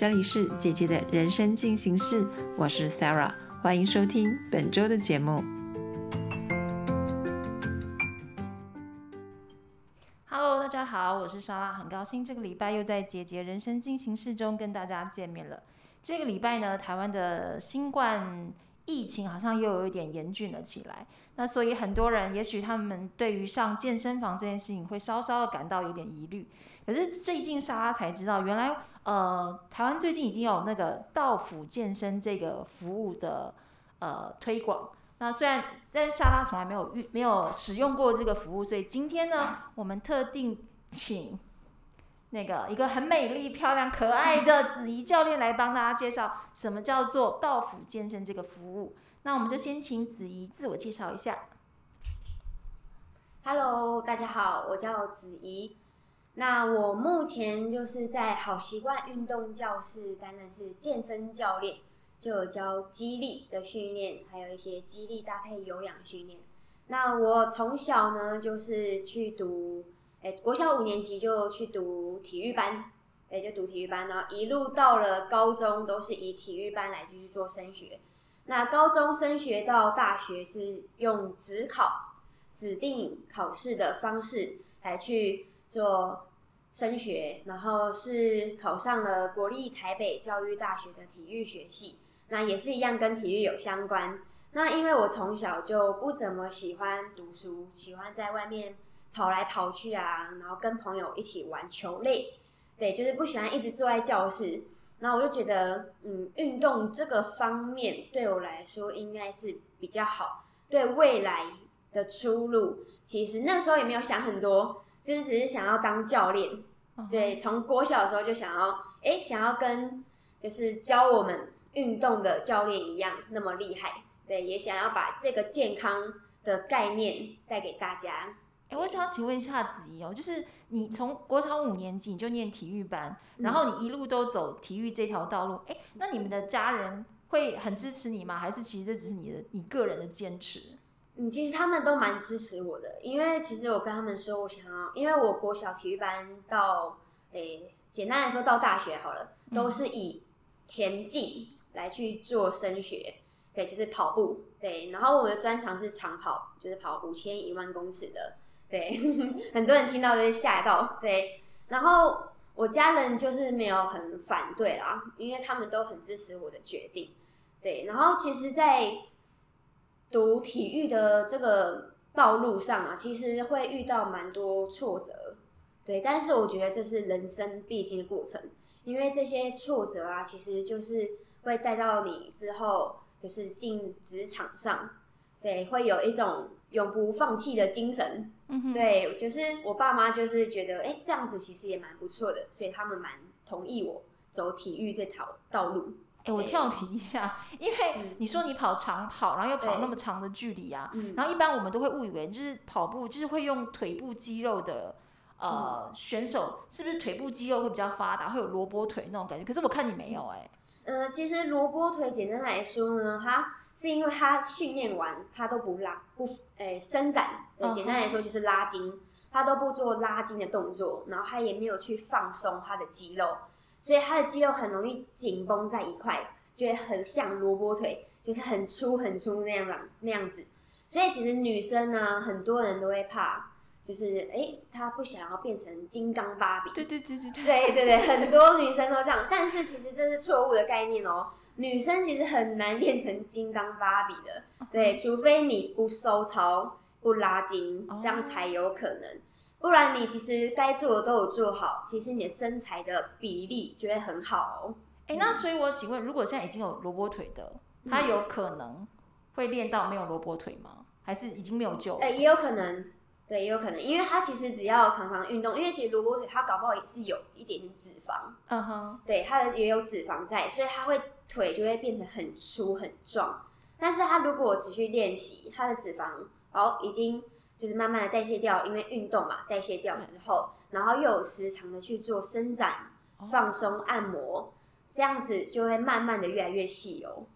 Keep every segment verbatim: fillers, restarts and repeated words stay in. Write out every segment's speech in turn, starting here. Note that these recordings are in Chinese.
这里是姐姐的人生进行式，我是 Sarah， 欢迎收听本周的节目。Hello， 大家好，我是莎拉，很高兴这个礼拜又在姐姐人生进行式中跟大家见面了。这个礼拜呢，台湾的新冠疫情好像又有一点严峻了起来，那所以很多人也许他们对于上健身房这件事情会稍稍的感到有点疑虑。可是最近莎拉才知道，原来呃台湾最近已经有那个到府健身这个服务的呃推广。那虽然但是莎拉从来没有没有使用过这个服务，所以今天呢，我们特定请那个一个很美丽、漂亮、可爱的子怡教练来帮大家介绍什么叫做到府健身这个服务。那我们就先请子怡自我介绍一下。 Hello， 大家好，我叫子怡。那我目前就是在好习惯运动教室担任是健身教练，就有教肌力的训练，还有一些肌力搭配有氧训练。那我从小呢就是去读，哎、欸，国小五年级就去读体育班，哎、欸，就读体育班，然后一路到了高中都是以体育班来继续做升学。那高中升学到大学是用指考、指定考试的方式来去做升学，然后是考上了国立台北教育大学的体育学系，那也是一样跟体育有相关。那因为我从小就不怎么喜欢读书，喜欢在外面跑来跑去啊，然后跟朋友一起玩球类，对，就是不喜欢一直坐在教室。然后我就觉得，嗯，运动这个方面对我来说应该是比较好，对未来的出路，其实那时候也没有想很多，就是只是想要当教练。Uh-huh. 对，从国小的时候就想要，哎，想要跟就是教我们运动的教练一样那么厉害。对，也想要把这个健康的概念带给大家。 哎，我想请问一下子怡哦，就是你从国小五年级你就念体育班，然后你一路都走体育这条道路，哎，那你们的家人会很支持你吗？还是其实这只是你的你个人的坚持？ 嗯，其实他们都蛮支持我的，因为其实我跟他们说，我想要，因为我国小体育班到，诶，简单来说到大学好了，都是以田径来去做升学，对，就是跑步，对，然后我的专长是长跑，就是跑五千、一万公尺的。对，很多人听到都会吓到。对，然后我家人就是没有很反对啦，因为他们都很支持我的决定。对，然后其实，在读体育的这个道路上啊，其实会遇到蛮多挫折。对，但是我觉得这是人生必经的过程，因为这些挫折啊，其实就是会带到你之后，就是进职场上。对，会有一种永不放弃的精神。嗯、对，就是我爸妈就是觉得，哎、欸，这样子其实也蛮不错的，所以他们蛮同意我走体育这条道路。 哎、欸，我跳题一下，因为你说你跑长跑，然后又跑那么长的距离啊，然后一般我们都会误以为就是跑步就是会用腿部肌肉的呃、嗯、选手，是不是腿部肌肉会比较发达，会有萝卜腿那种感觉？可是我看你没有哎、欸。 呃，其实萝卜腿简单来说呢，它是因为它训练完它都不拉不诶伸展，对，简单来说就是拉筋，它都不做拉筋的动作，然后它也没有去放松它的肌肉，所以它的肌肉很容易紧绷在一块，就会很像萝卜腿，就是很粗很粗那样那样子。所以其实女生呢，很多人都会怕。就是哎，她不想要变成金刚芭比。 对对对对对。 对对对，很多女生都这样，但是其实这是错误的概念哦。女生其实很难练成金刚芭比的，对，除非你不收操、不拉筋，这样才有可能。不然你其实该做的都有做好，其实你的身材的比例就会很好哦。 哎，那所以我请问，如果现在已经有萝卜腿的，他有可能会练到没有萝卜腿吗？还是已经没有救了？ 哎，也有可能。对，也有可能，因为他其实只要常常运动，因为其实萝卜腿它搞不好也是有一点点脂肪，嗯哼，对，它的也有脂肪在，所以它会腿就会变成很粗很壮。但是它如果持续练习，它的脂肪哦已经就是慢慢的代谢掉，因为运动嘛，代谢掉之后，然后又有时常的去做伸展、放松、按摩，这样子就会慢慢的越来越细哦。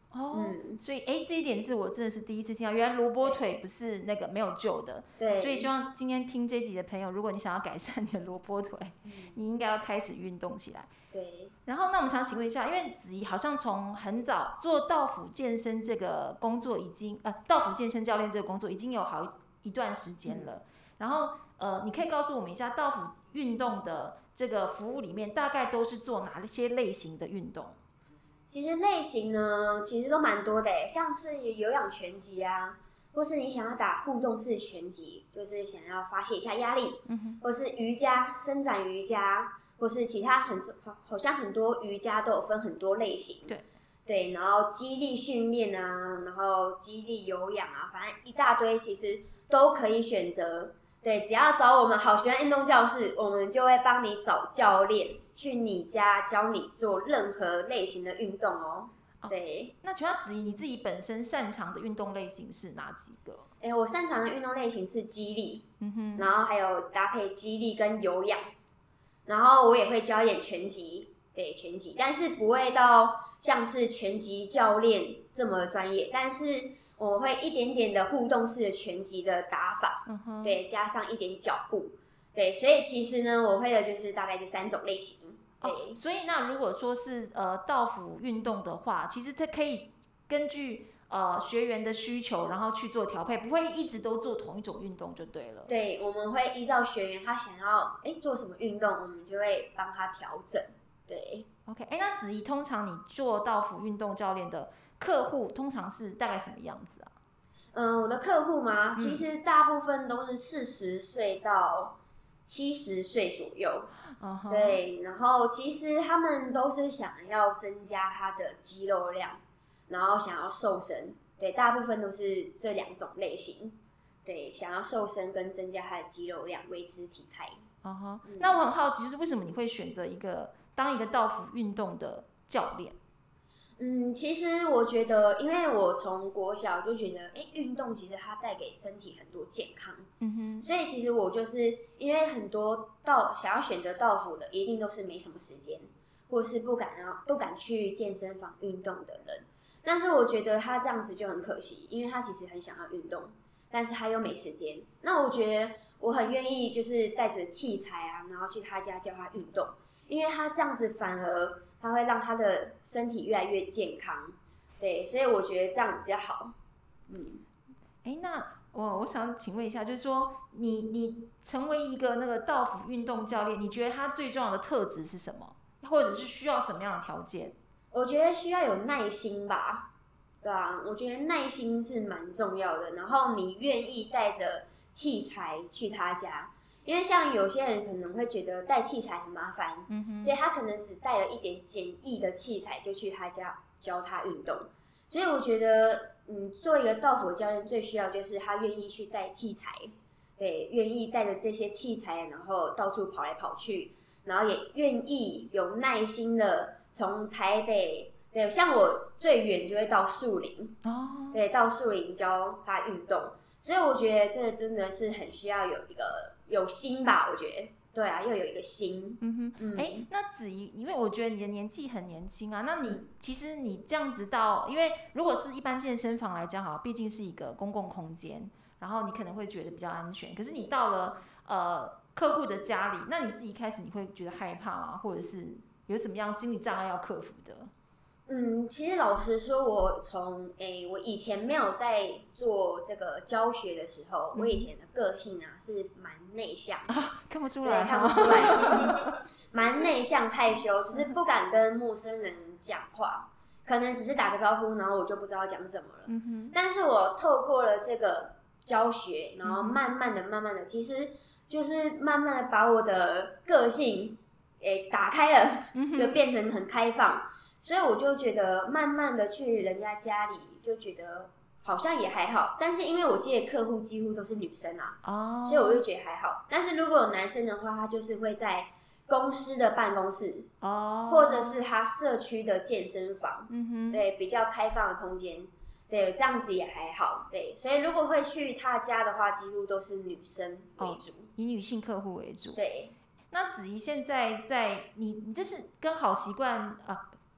哦， 嗯， 所以哎，这一点是我真的是第一次听到，原来萝卜腿不是那个没有救的。 对， 所以希望今天听这集的朋友，如果你想要改善你的萝卜腿， 嗯、 你应该要开始运动起来。 对。 然后，那我们想请问一下，因为子怡好像从很早做道府健身这个工作，已经呃道府健身教练这个工作已经有好一一段时间了。然后呃，你可以告诉我们一下，道府运动的这个服务里面，大概都是做哪些类型的运动？ 其实类型呢，其实都蛮多的诶，像是有氧拳击啊，或是你想要打互动式拳击，就是想要发泄一下压力， 嗯、 或是瑜伽、伸展瑜伽，或是其他很好像很多瑜伽都有分很多类型， 对对，然后肌力训练啊，然后肌力有氧啊，反正一大堆，其实都可以选择。对，只要找我们好习惯运动教室，我们就会帮你找教练去你家教你做任何类型的运动哦。对， 那请问子怡，你自己本身擅长的运动类型是哪几个？ 哎，我擅长的运动类型是肌力， 嗯哼， 然后还有搭配肌力跟有氧，然后我也会教一点拳击，对，拳击，但是不会到像是拳击教练这么专业，但是我会一点点的互动式的拳击的打法， 嗯、 对，加上一点脚步，对，所以其实呢，我会的就是大概这三种类型。对， 哦、所以那如果说是呃道府运动的话，其实它可以根据呃学员的需求，然后去做调配，不会一直都做同一种运动就对了。 对，我们会依照学员他想要哎做什么运动，我们就会帮他调整。对 ，OK， 哎，那子怡，通常你做道府运动教练的客户通常是大概什么样子啊？ 嗯，我的客户嘛， 嗯其实大部分都是四十岁到七十岁左右。 Uh-huh. 对，然后其实他们都是想要增加他的肌肉量，然后想要瘦身。对，大部分都是这两种类型。对，想要瘦身跟增加他的肌肉量，维持体态。 Uh-huh. 嗯、那我很好奇，就是为什么你会选择一个当一个道府运动的教练？ 嗯，其实我觉得，因为我从国小就觉得，哎，运动其实它带给身体很多健康， 嗯哼， 所以其实我就是因为很多道想要选择道府的，一定都是没什么时间，或是不敢要不敢去健身房运动的人。但是我觉得他这样子就很可惜，因为他其实很想要运动，但是他又没时间。那我觉得我很愿意，就是带着器材啊，然后去他家教他运动，因为他这样子反而他会让他的身体越来越健康。对，所以我觉得这样比较好。嗯， 哎，那我我想请问一下，就是说你你成为一个那个道府运动教练，你觉得他最重要的特质是什么？或者是需要什么样的条件？ 我觉得需要有耐心吧，对啊，我觉得耐心是蛮重要的。然后你愿意带着器材去他家，因为像有些人可能会觉得带器材很麻烦， 嗯哼， 所以他可能只带了一点简易的器材就去他家教他运动。所以我觉得，嗯，做一个道府教练最需要就是他愿意去带器材，对，愿意带着这些器材，然后到处跑来跑去，然后也愿意有耐心的从台北，对，像我最远就会到树林， 哦， 对，到树林教他运动。所以我觉得这真的是很需要有一个有心吧，我觉得。对啊，要有一个心。 嗯哼，哎、嗯，那子怡，因为我觉得你的年纪很年轻啊，那你其实你这样子到，因为如果是一般健身房来讲，好，毕竟是一个公共空间，然后你可能会觉得比较安全。可是你到了呃客户的家里，那你自己开始你会觉得害怕吗？或者是有什么样心理障碍要克服的？ 嗯，其实老实说，我从诶、欸，我以前没有在做这个教学的时候，嗯、我以前的个性啊是蛮内向啊，看不出来， 看不出来，蛮内向害羞，就是不敢跟陌生人讲话，可能只是打个招呼，然后我就不知道讲什么了。 嗯哼， 但是我透过了这个教学，然后慢慢的、慢慢的，其实就是慢慢的把我的个性诶、欸、打开了，就变成很开放。所以我就觉得，慢慢的去人家家里，就觉得好像也还好。但是因为我接的客户几乎都是女生啊，哦，所以我就觉得还好。但是如果有男生的话，他就是会在公司的办公室，哦，或者是他社区的健身房，嗯哼，对，比较开放的空间，对，这样子也还好，对。所以如果会去他家的话，几乎都是女生为主，哦， 以女性客户为主， 对。 那子怡现在在你，你这是跟好习惯啊？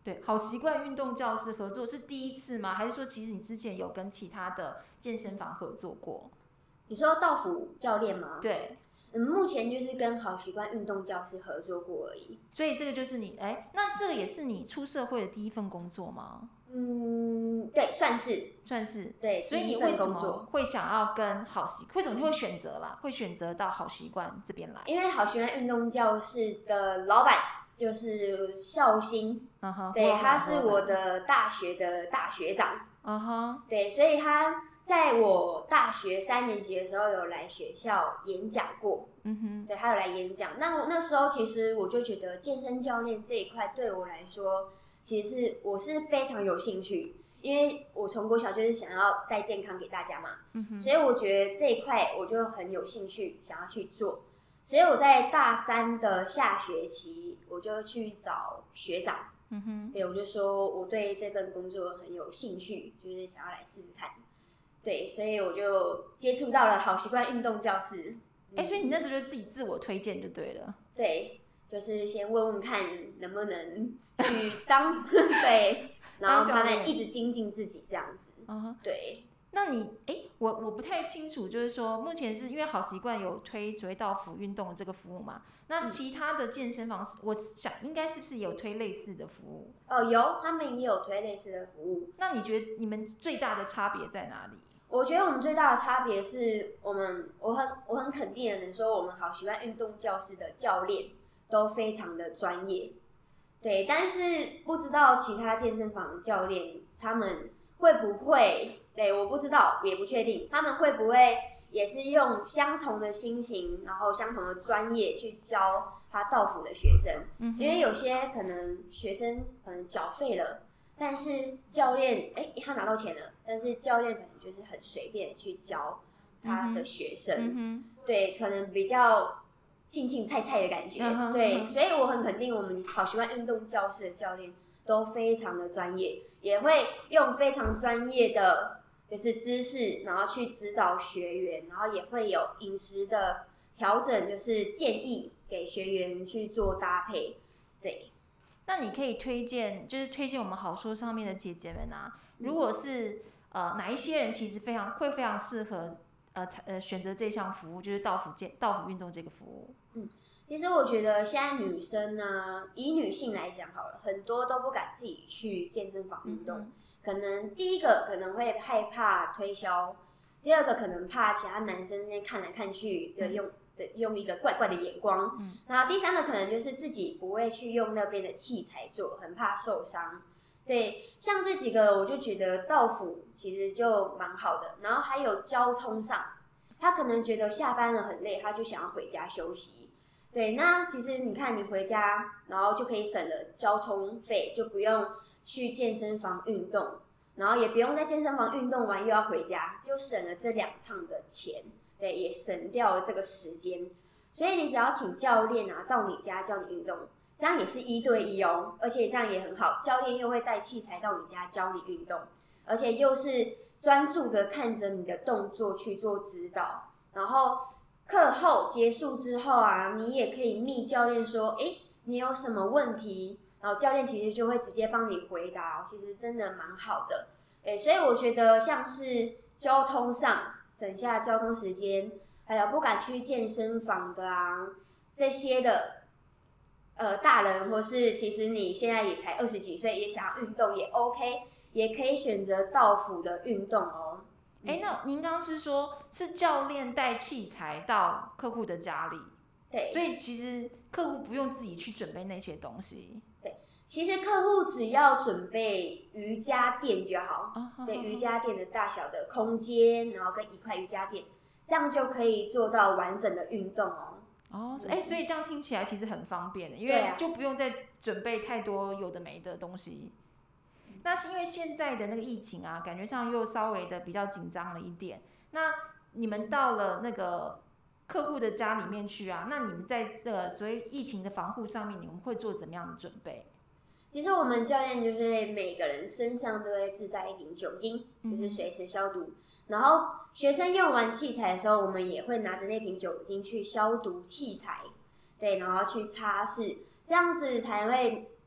对，好习惯运动教室合作是第一次吗？还是说其实你之前有跟其他的健身房合作过？ 你说道府教练吗？ 对， 嗯，目前就是跟好习惯运动教室合作过而已。 所以这个就是你，哎，那这个也是你出社会的第一份工作吗？ 嗯，对，算是算是。 对， 所以第一你为什么份工作。 会想要跟好习？为什么你会选择啦？会选择到好习惯这边来？ 因为好习惯运动教室的老板就是孝兴， 嗯哼， 对，他是我的大学的大学长， 嗯哼， 对，所以他在我大学三年级的时候有来学校演讲过， 嗯哼， 对，他有来演讲。那我那时候其实我就觉得健身教练这一块对我来说，其实是我是非常有兴趣，因为我从国小就是想要带健康给大家嘛， 嗯哼， 所以我觉得这一块我就很有兴趣想要去做。所以我在大三的下学期，我就去找学长， 嗯哼， 对，我就说我对这份工作很有兴趣，就是想要来试试看。对，所以我就接触到了好习惯运动教室。 哎、欸，所以你那时候就自己自我推荐就对了。 对，就是先问问看能不能去当对，然后慢慢一直精进自己这样子。 嗯哼， 对。 那你哎、欸，我我不太清楚，就是说目前是因为好习惯有推所谓到府运动这个服务嘛？那其他的健身房，我想应该是不是也有推类似的服务？ 哦，有，他们也有推类似的服务。 那你觉得你们最大的差别在哪里？ 我觉得我们最大的差别是我们，我很我很肯定的能说，我们好习惯运动教室的教练都非常的专业。对，但是不知道其他健身房的教练他们会不会？对，我不知道，也不确定他们会不会也是用相同的心情，然后相同的专业去教他到府的学生。嗯，因为有些可能学生可能缴费了，但是教练哎、欸，他拿到钱了，但是教练可能就是很随便的去教他的学生，嗯嗯、对，可能比较青青菜菜的感觉。嗯、对，所以我很肯定我们好习惯运动教室的教练都非常的专业，也会用非常专业的就是知识，然后去指导学员，然后也会有饮食的调整，就是建议给学员去做搭配。对， 那你可以推荐，就是推荐我们好说上面的姐姐们啊，如果是呃哪一些人其实非常会非常适合呃呃选择这项服务，就是到府健到府运动这个服务。 嗯，其实我觉得现在女生啊，以女性来讲好了，很多都不敢自己去健身房运动。嗯，可能第一个可能会害怕推销，第二个可能怕其他男生那边看来看去的用的用一个怪怪的眼光，嗯，然后第三个可能就是自己不会去用那边的器材做，很怕受伤。对，像这几个我就觉得到府其实就蛮好的，然后还有交通上，他可能觉得下班了很累，他就想要回家休息。对，那其实你看你回家，然后就可以省了交通费，就不用去健身房运动，然后也不用在健身房运动完又要回家，就省了这两趟的钱，对，也省掉了这个时间。所以你只要请教练啊到你家教你运动，这样也是一对一哦，而且这样也很好，教练又会带器材到你家教你运动，而且又是专注的看着你的动作去做指导，然后课后结束之后啊，你也可以密教练说，诶，你有什么问题？然后教练其实就会直接帮你回答，哦，其实真的蛮好的。诶，所以我觉得像是交通上省下交通时间，还有不敢去健身房的啊这些的，呃，大人或是其实你现在也才二十几岁，也想要运动也 OK， 也可以选择到府的运动哦。 哎、欸，那您刚刚是说，是教练带器材到客户的家里， 对， 所以其实客户不用自己去准备那些东西。 对，其实客户只要准备瑜伽垫就好，哦，对，哦，瑜伽垫的大小的空间，然后跟一块瑜伽垫，这样就可以做到完整的运动哦。 哦，哎、欸，所以这样听起来其实很方便的，因为就不用再准备太多有的没的东西。那是因为现在的那个疫情啊，感觉上又稍微的比较紧张了一点。那你们到了那个客户的家里面去啊，那你们在这个所谓疫情的防护上面，你们会做怎么样的准备？ 其实我们教练就是每个人身上都会自带一瓶酒精，就是随时消毒。嗯，然后学生用完器材的时候，我们也会拿着那瓶酒精去消毒器材，对，然后去擦拭，这样子才会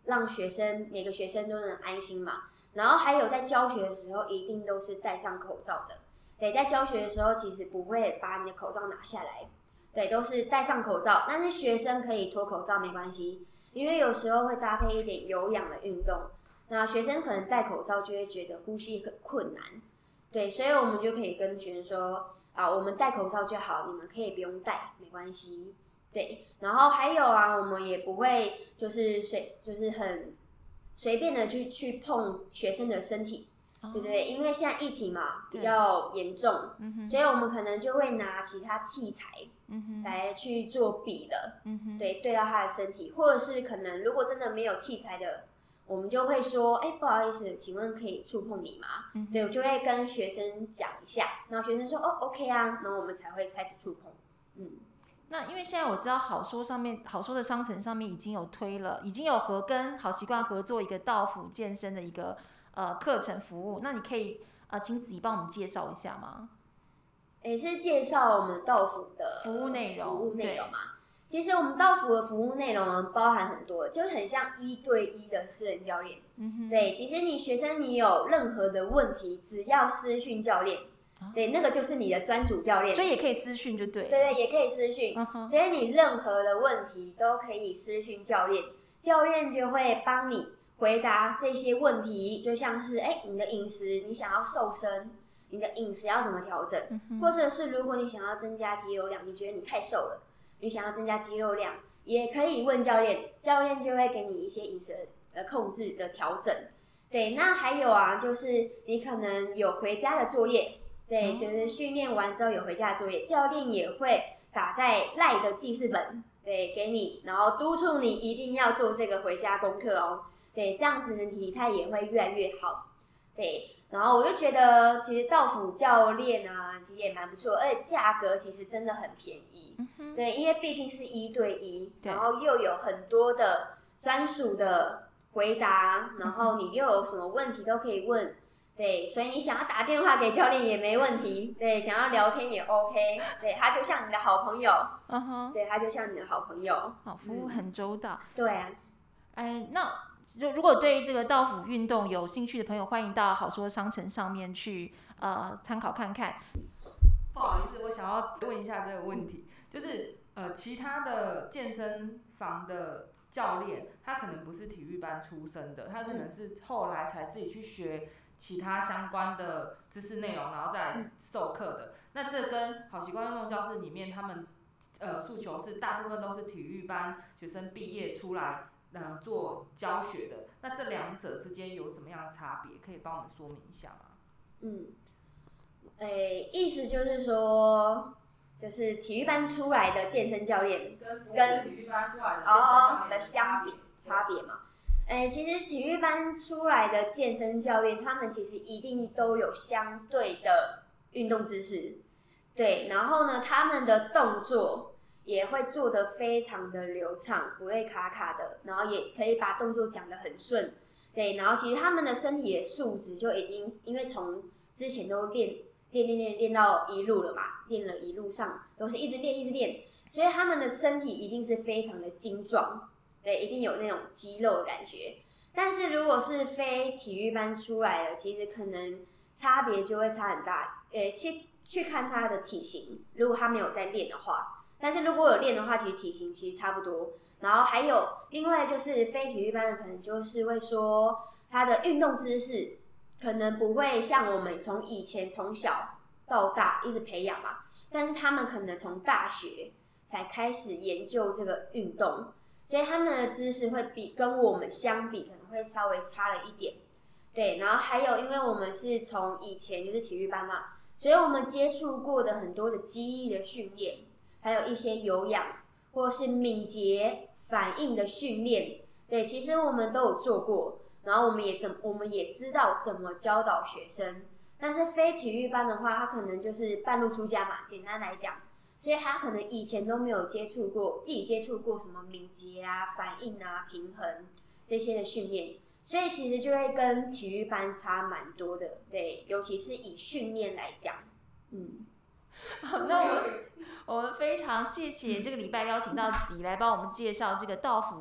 让学生每个学生都能安心嘛。然后还有在教学的时候，一定都是戴上口罩的。对，在教学的时候，其实不会把你的口罩拿下来，对，都是戴上口罩。但是学生可以脱口罩没关系，因为有时候会搭配一点有氧的运动，那学生可能戴口罩就会觉得呼吸很困难，对，所以我们就可以跟学生说啊，我们戴口罩就好，你们可以不用戴，没关系。对，然后还有啊，我们也不会就是随就是很随便的去去碰学生的身体。对不对？因为现在疫情嘛比较严重，所以我们可能就会拿其他器材来去做比的，对，对到他的身体，或者是可能如果真的没有器材的，我们就会说，哎，不好意思，请问可以触碰你吗？对，我就会跟学生讲一下，然后学生说，哦 ，OK 啊，然后我们才会开始触碰，嗯。 那因为现在我知道好说上面好说的商城上面已经有推了，已经有和跟好习惯合作一个到府健身的一个。呃，课程服务，那你可以呃，请子怡帮我们介绍一下吗？ 也是介绍我们到府的服务内容， 服务内容嘛。其实我们到府的服务内容呢，包含很多，就是很像一对一的私人教练。嗯、对，其实你学生你有任何的问题，只要私讯教练，啊、对，那个就是你的专属教练， 所以也可以私讯就对了。 对对，也可以私讯、嗯。所以你任何的问题都可以私讯教练，教练就会帮你回答这些问题，就像是哎，你的饮食，你想要瘦身，你的饮食要怎么调整、嗯？或者是如果你想要增加肌肉量，你觉得你太瘦了，你想要增加肌肉量，也可以问教练，教练就会给你一些饮食的控制的调整。对，那还有啊，就是你可能有回家的作业，对，就是训练完之后有回家的作业，教练也会打在 LINE 的记事本，对，给你，然后督促你一定要做这个回家功课哦。对，这样子的体态也会越来越好。对，然后我就觉得其实到府教练啊，其实也蛮不错，而且价格其实真的很便宜。嗯、对，因为毕竟是一对一，然后又有很多的专属的回答，然后你又有什么问题都可以问。对，所以你想要打电话给教练也没问题。对，想要聊天也 OK。对，他就像你的好朋友。嗯哼。对，他就像你的好朋友。 好，服务很周到。 嗯、对啊。 哎，那。如果对这个到府运动有兴趣的朋友，欢迎到好说商城上面去呃参考看看。 不好意思，我想要问一下这个问题，就是呃其他的健身房的教练，他可能不是体育班出身的，他可能是后来才自己去学其他相关的知识内容，然后再来授课的。那这跟好习惯运动教室里面他们呃诉求是大部分都是体育班学生毕业出来。呃，做教学的，那这两者之间有什么样的差别？可以帮我们说明一下吗？ 嗯，诶，意思就是说，就是体育班出来的健身教练跟跟体育班出来的哦的相比差别嘛。诶，其实体育班出来的健身教练，他们其实一定都有相对的运动知识，对，然后呢，他们的动作。也会做得非常的流畅，不会卡卡的，然后也可以把动作讲得很顺，对，然后其实他们的身体的素质就已经，因为从之前都练练练练练到一路了嘛，练了一路上都是一直练一直练，所以他们的身体一定是非常的精壮，对，一定有那种肌肉的感觉。但是如果是非体育班出来的，其实可能差别就会差很大，呃，去去看他的体型，如果他没有在练的话。但是如果有练的话，其实体型其实差不多。然后还有另外就是非体育班的，可能就是会说他的运动知识可能不会像我们从以前从小到大一直培养嘛，但是他们可能从大学才开始研究这个运动，所以他们的知识会比跟我们相比可能会稍微差了一点。对，然后还有因为我们是从以前就是体育班嘛，所以我们接触过的很多的肌力的训练。还有一些有氧或是敏捷反应的训练，对，其实我们都有做过，然后我们也怎我们也知道怎么教导学生。但是非体育班的话，他可能就是半路出家嘛，简单来讲，所以他可能以前都没有接触过，自己接触过什么敏捷啊、反应啊、平衡这些的训练，所以其实就会跟体育班差蛮多的，对，尤其是以训练来讲，嗯。 好，那我们我们非常谢谢这个礼拜邀请到子怡来帮我们介绍这个到府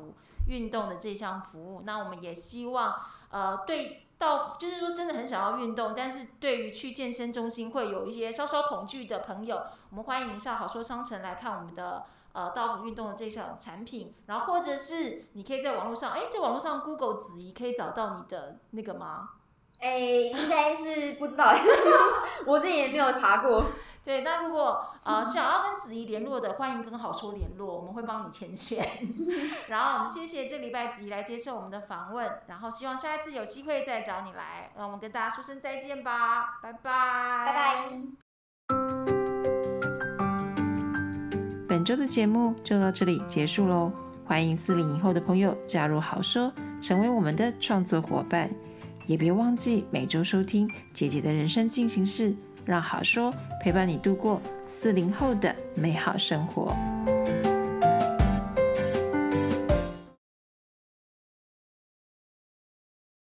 运动的这项服务。那我们也希望呃对到就是说真的很想要运动，但是对于去健身中心会有一些稍稍恐惧的朋友，我们欢迎您上好说商城来看我们的呃到府运动的这项产品，然后或者是你可以在网络上，哎，在网络上 Google 子怡可以找到你的那个吗？ 哎，应该是不知道，我自己也没有查过。 对，那如果呃想要跟子怡联络的，欢迎跟好说联络，我们会帮你牵线。然后我们谢谢这礼拜子怡来接受我们的访问，然后希望下一次有机会再找你来，让我们跟大家说声再见吧，拜拜， 拜拜。 本周的节目就到这里结束喽，欢迎四零以后的朋友加入好说，成为我们的创作伙伴，也别忘记每周收听姐姐的人生进行式。让好说陪伴你度过四零后的美好生活。